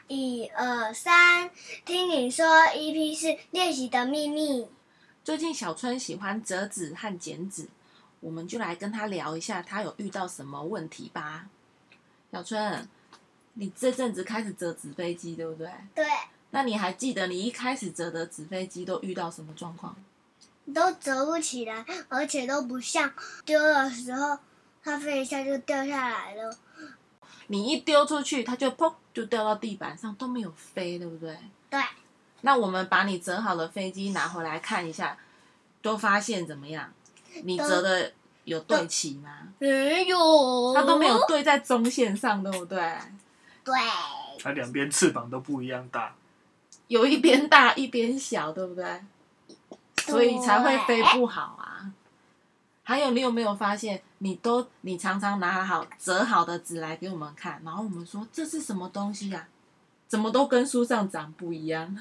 1、2、3，听你说 EP4练习的秘密。 最近小春喜欢折纸和剪纸，我们就来跟他聊一下，他有遇到什么问题吧。小春，你这阵子开始折纸飞机，对不对？ 对， 那你还记得你一开始折的纸飞机都遇到什么状况？ 都折不起来，而且都不像丢的时候，它飞一下就掉下来了。 你一丢出去，它就砰就掉到地板上，都没有飞，对不对？ 对。 那我们把你折好的飞机拿回来看一下，都发现怎么样？你折的有对齐吗？ 没有。 它都没有对在中线上，对不对？ 对。 它两边翅膀都不一样大， 有一边大一边小，对不对？所以才会飞不好啊。还有，你有没有发现，你常常拿好折好的纸来给我们看，然后我们说这是什么东西呀？怎么都跟书上长不一样？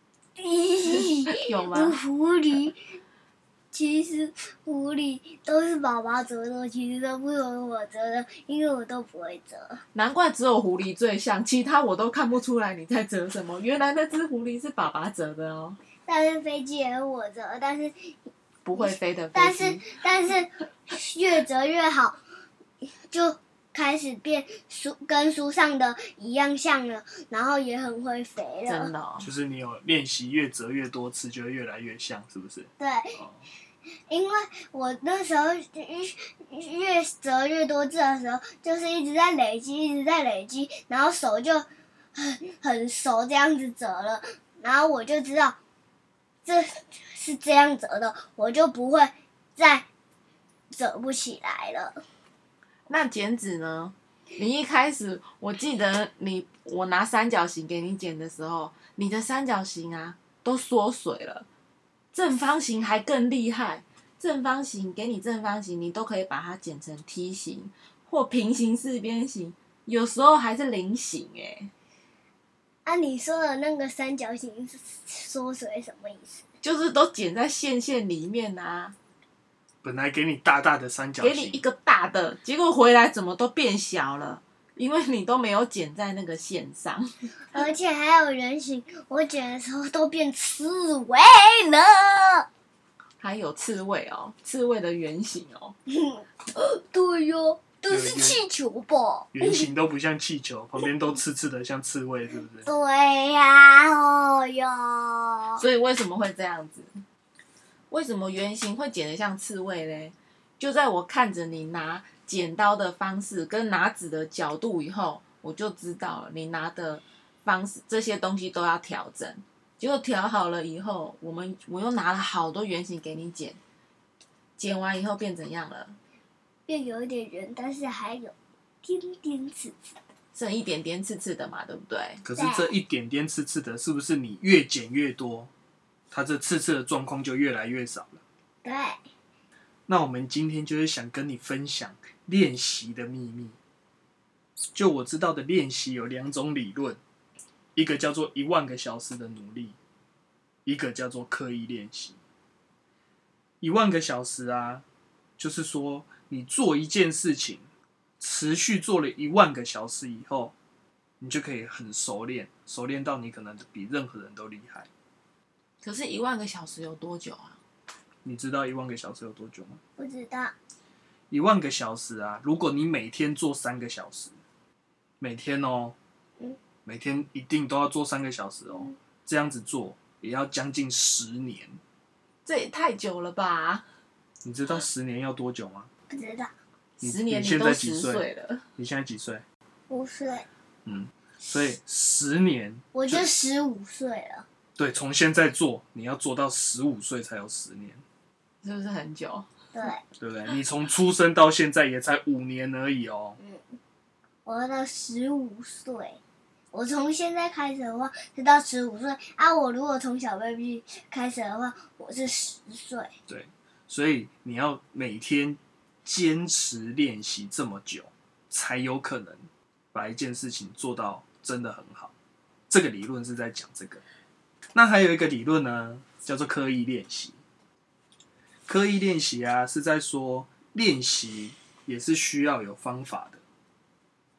有吗？ 狐狸，其实狐狸都是爸爸折的，其实都不是我折的，因为我都不会折。 难怪只有狐狸最像，其他我都看不出来你在折什么。原来那只狐狸是爸爸折的哦。 但是飞机也是我折，但是不会飞的飞机。 但是越折越好，就开始变跟书上的一样像了，然后也很会飞了。 真的哦。 就是你有练习越折越多次，就会越来越像，是不是？ 对。 哦， 因为我那时候越折越多次的时候，就是一直在累积，一直在累积，然后手就很熟这样子折了，然后我就知道这是这样折的，我就不会再折不起来了。 那剪纸呢？你一开始我记得我拿三角形给你剪的时候，你的三角形啊都缩水了，正方形还更厉害。正方形给你正方形，你都可以把它剪成梯形或平行四边形，有时候还是菱形哎。 啊，你说的那个三角形缩水什么意思？ 就是都剪在线里面啊。 本来给你大大的三角形， 给你一个大的，结果回来怎么都变小了，因为你都没有剪在那个线上。 而且还有圆形，我剪的时候都变刺猬了。 还有刺猬哦，刺猬的圆形哦。 对哟，都是气球吧？ 圆形都不像气球，旁边都刺刺的，像刺猬，是不是？ 对呀，哦哟。 所以为什么会这样子？为什么圆形会剪得像刺猬嘞？就在我看着你拿剪刀的方式跟拿纸的角度以后，我就知道了，你拿的方式这些东西都要调整。结果调好了以后，我又拿了好多圆形给你剪，剪完以后变怎样了？ 变有一点圆，但是还有点点刺刺， 剩一点点刺刺的嘛，对不对？ 可是这一点点刺刺的，是不是你越剪越多，它这刺刺的状况就越来越少了？ 对。 那我们今天就是想跟你分享练习的秘密。就我知道的练习有2种理论，一个叫做10000个小时的努力，一个叫做刻意练习。10000个小时啊，就是说你做一件事情，持续做了10000个小时以后，你就可以很熟练，熟练到你可能比任何人都厉害。 可是10000个小时有多久啊？ 你知道10000个小时有多久吗？ 不知道。 10000个小时啊，如果你每天做3个小时，每天哦，每天一定都要做3个小时哦，这样子做也要将近10年。 这也太久了吧？ 你知道10年要多久吗？ 不知道。 10年你现都10 在几岁岁了。 你现在几岁 5岁。 所以10年我就15岁了。 对，从现在做，你要做到15岁才有10年， 是不是很久？ 对。 对不对？你从出生到现在也才5年而已哦。 我到15岁，我从现在开始的话是到15岁啊。我如果从小 baby 开始的话，我是10岁。 对，所以你要每天坚持练习这么久，才有可能把一件事情做到真的很好。这个理论是在讲这个。那还有一个理论呢，叫做刻意练习。刻意练习啊，是在说练习也是需要有方法的。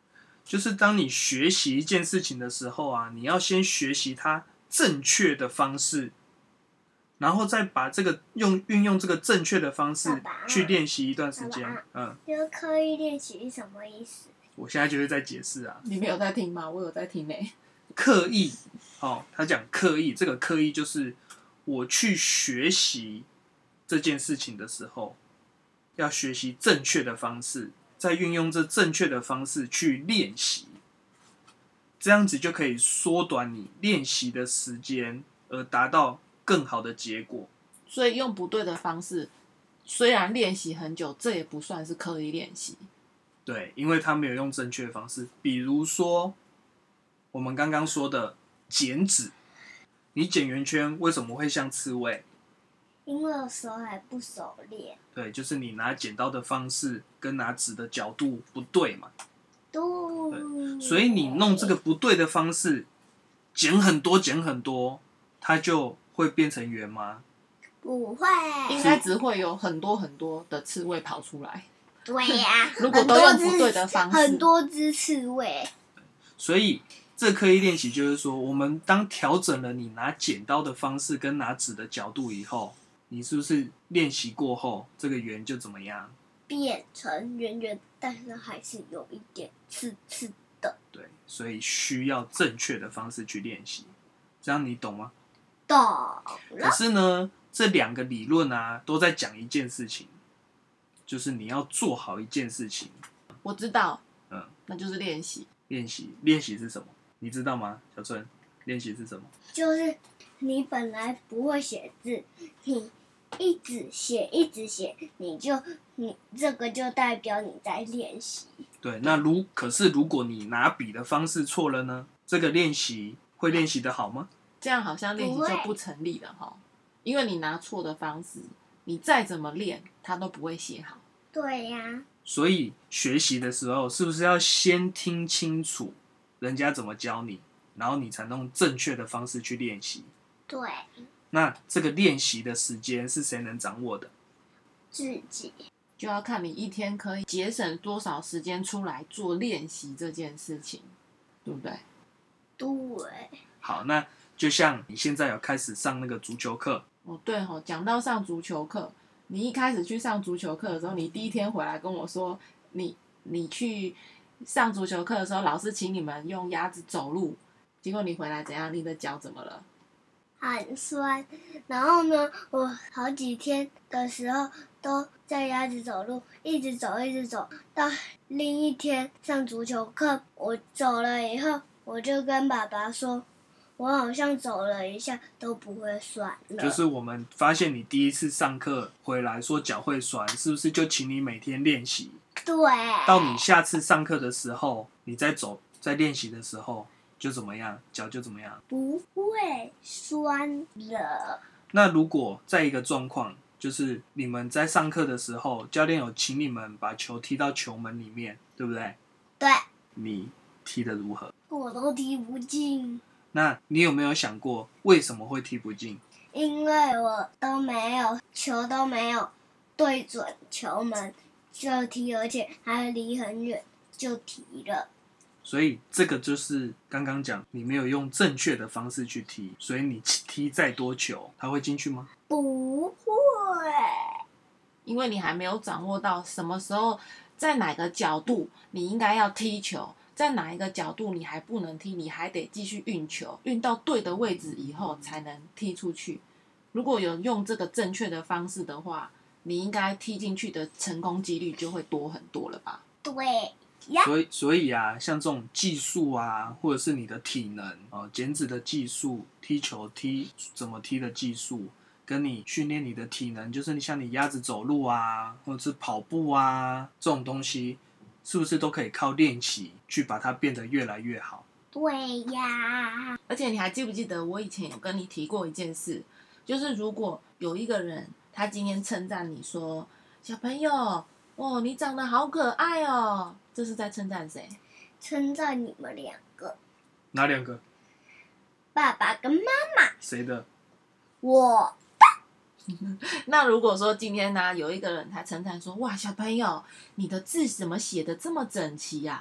就是当你学习一件事情的时候啊，你要先学习它正确的方式，然后再把这个运用这个正确的方式爸爸去练习一段时间爸。 嗯， 就是刻意练习是什么意思？ 我现在就是在解释啊， 你没有在听吗？我有在听呢。 刻意哦，他讲刻意，这个刻意就是我去学习这件事情的时候，要学习正确的方式，再运用这正确的方式去练习，这样子就可以缩短你练习的时间，而达到更好的结果。 所以用不对的方式，虽然练习很久，这也不算是刻意练习。 对，因为他没有用正确的方式，比如说我们刚刚说的剪纸，你剪圆圈为什么会像刺猬？ 因为我手还不熟练。 对，就是你拿剪刀的方式跟拿纸的角度不对嘛， 对， 所以你弄这个不对的方式，剪很多，它就会变成圆吗？ 不会。 应该只会有很多的刺猬跑出来。 对呀、 如果都用不对的方式， 很多只刺猬。 所以这刻意练习就是说，我们当调整了你拿剪刀的方式跟拿纸的角度以后，你是不是练习过后，这个圆就怎么样？ 变成圆圆，但是还是有一点刺刺的。 对，所以需要正确的方式去练习，这样你懂吗？ 懂可了。 是呢，这两个理论啊，都在讲一件事情，就是你要做好一件事情。 我知道， 嗯， 那就是练习。 练习是什么？你知道吗，小春？练习是什么？ 就是你本来不会写字，你一直写，你这个就代表你在练习。 对，那可是如果你拿笔的方式错了呢？这个练习会练习的好吗？ 这样好像练习就不成立了哈，因为你拿错的方式，你再怎么练，它都不会写好。 对呀、 所以学习的时候，是不是要先听清楚人家怎么教你，然后你才用正确的方式去练习？ 对， 那这个练习的时间是谁能掌握的？ 自己。 就要看你一天可以节省多少时间出来做练习这件事情，对不对？ 对。 好，那就像你现在有开始上那个足球课， 哦，对哦，讲到上足球课，你一开始去上足球课的时候，你第一天回来跟我说，你去上足球课的时候，老师请你们用鸭子走路，结果你回来怎样？你的脚怎么了？ 很酸，然后呢，我好几天的时候都在鸭子走路，一直走，到另一天上足球课，我走了以后，我就跟爸爸说，我好像走了一下都不会酸了。 就是我们发现你第一次上课回来说脚会酸，是不是就请你每天练习？ 对。 到你下次上课的时候，你在练习的时候就怎么样，脚就怎么样。 不会酸了。 那如果在一个状况，就是你们在上课的时候，教练有请你们把球踢到球门里面，对不对？ 对。 你踢得如何？ 我都踢不进， 那你有没有想过为什么会踢不进？ 因为我球都没有对准球门就踢，而且还离很远就踢了。 所以这个就是刚刚讲，你没有用正确的方式去踢，所以你踢再多球，它会进去吗？ 不会。 因为你还没有掌握到什么时候，在哪个角度你应该要踢球，在哪一个角度你还不能踢，你还得继续运球，运到对的位置以后才能踢出去。如果有用这个正确的方式的话，你应该踢进去的成功几率就会多很多了吧？ 对呀。 所以啊，像这种技术啊，或者是你的体能减脂的技术、踢球怎么踢的技术，跟你训练你的体能，就是你鸭子走路啊，或者是跑步啊这种东西，是不是都可以靠练习去把它变得越来越好？ 对呀。 而且你还记不记得我以前有跟你提过一件事，就是如果有一个人他今天称赞你说，小朋友哦，你长得好可爱哦，这是在称赞谁？ 称赞你们两个， 哪两个？ 爸爸跟妈妈。 谁的？ 我。 那如果说今天呢，有一个人他称赞说，哇，小朋友，你的字怎么写的这么整齐呀？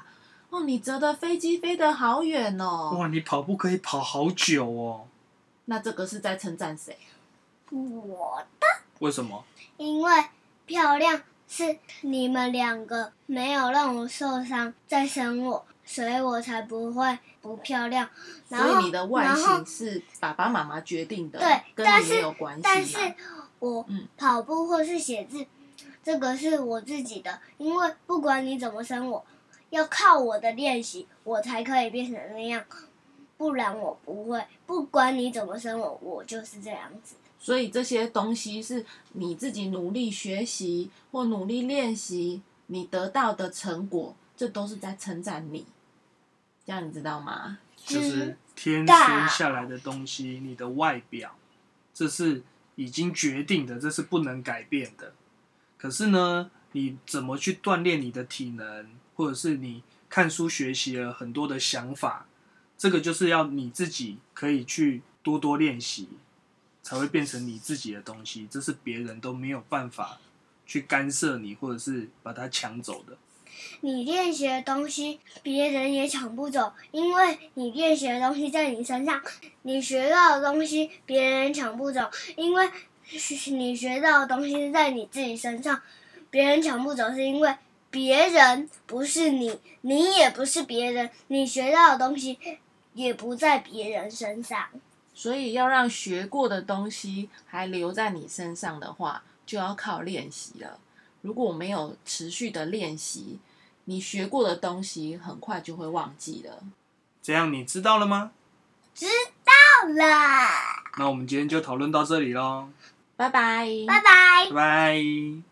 哦，你折的飞机飞得好远哦。 哇，你跑步可以跑好久哦。 那这个是在称赞谁？ 我为什么？ 因为漂亮是你们2个没有让我受伤再生我，所以我才不会不漂亮。然后所以你的外形是爸爸妈妈决定的， 对， 跟你但是没有关系嘛。 但是我跑步或是写字，这个是我自己的，因为不管你怎么生我，要靠我的练习，我才可以变成那样，不然我不会。不管你怎么生我，我就是这样子。 所以这些东西是你自己努力学习或努力练习，你得到的成果，这都是在称赞你。这样你知道吗？ 就是天生下来的东西，你的外表，这是已经决定的，这是不能改变的。可是呢，你怎么去锻炼你的体能，或者是你看书学习了很多的想法，这个就是要你自己可以去多多练习，才会变成你自己的东西。这是别人都没有办法去干涉你，或者是把它抢走的。 你练习的东西，别人也抢不走，因为你练习的东西在你身上；你学到的东西，别人抢不走，因为你学到的东西是在你自己身上。别人抢不走，是因为别人不是你，你也不是别人，你学到的东西也不在别人身上。 所以要让学过的东西还留在你身上的话，就要靠练习了。如果没有持续的练习，你学过的东西很快就会忘记了。 这样你知道了吗？ 知道了， 那我们今天就讨论到这里咯。 拜拜。 拜拜。 拜拜。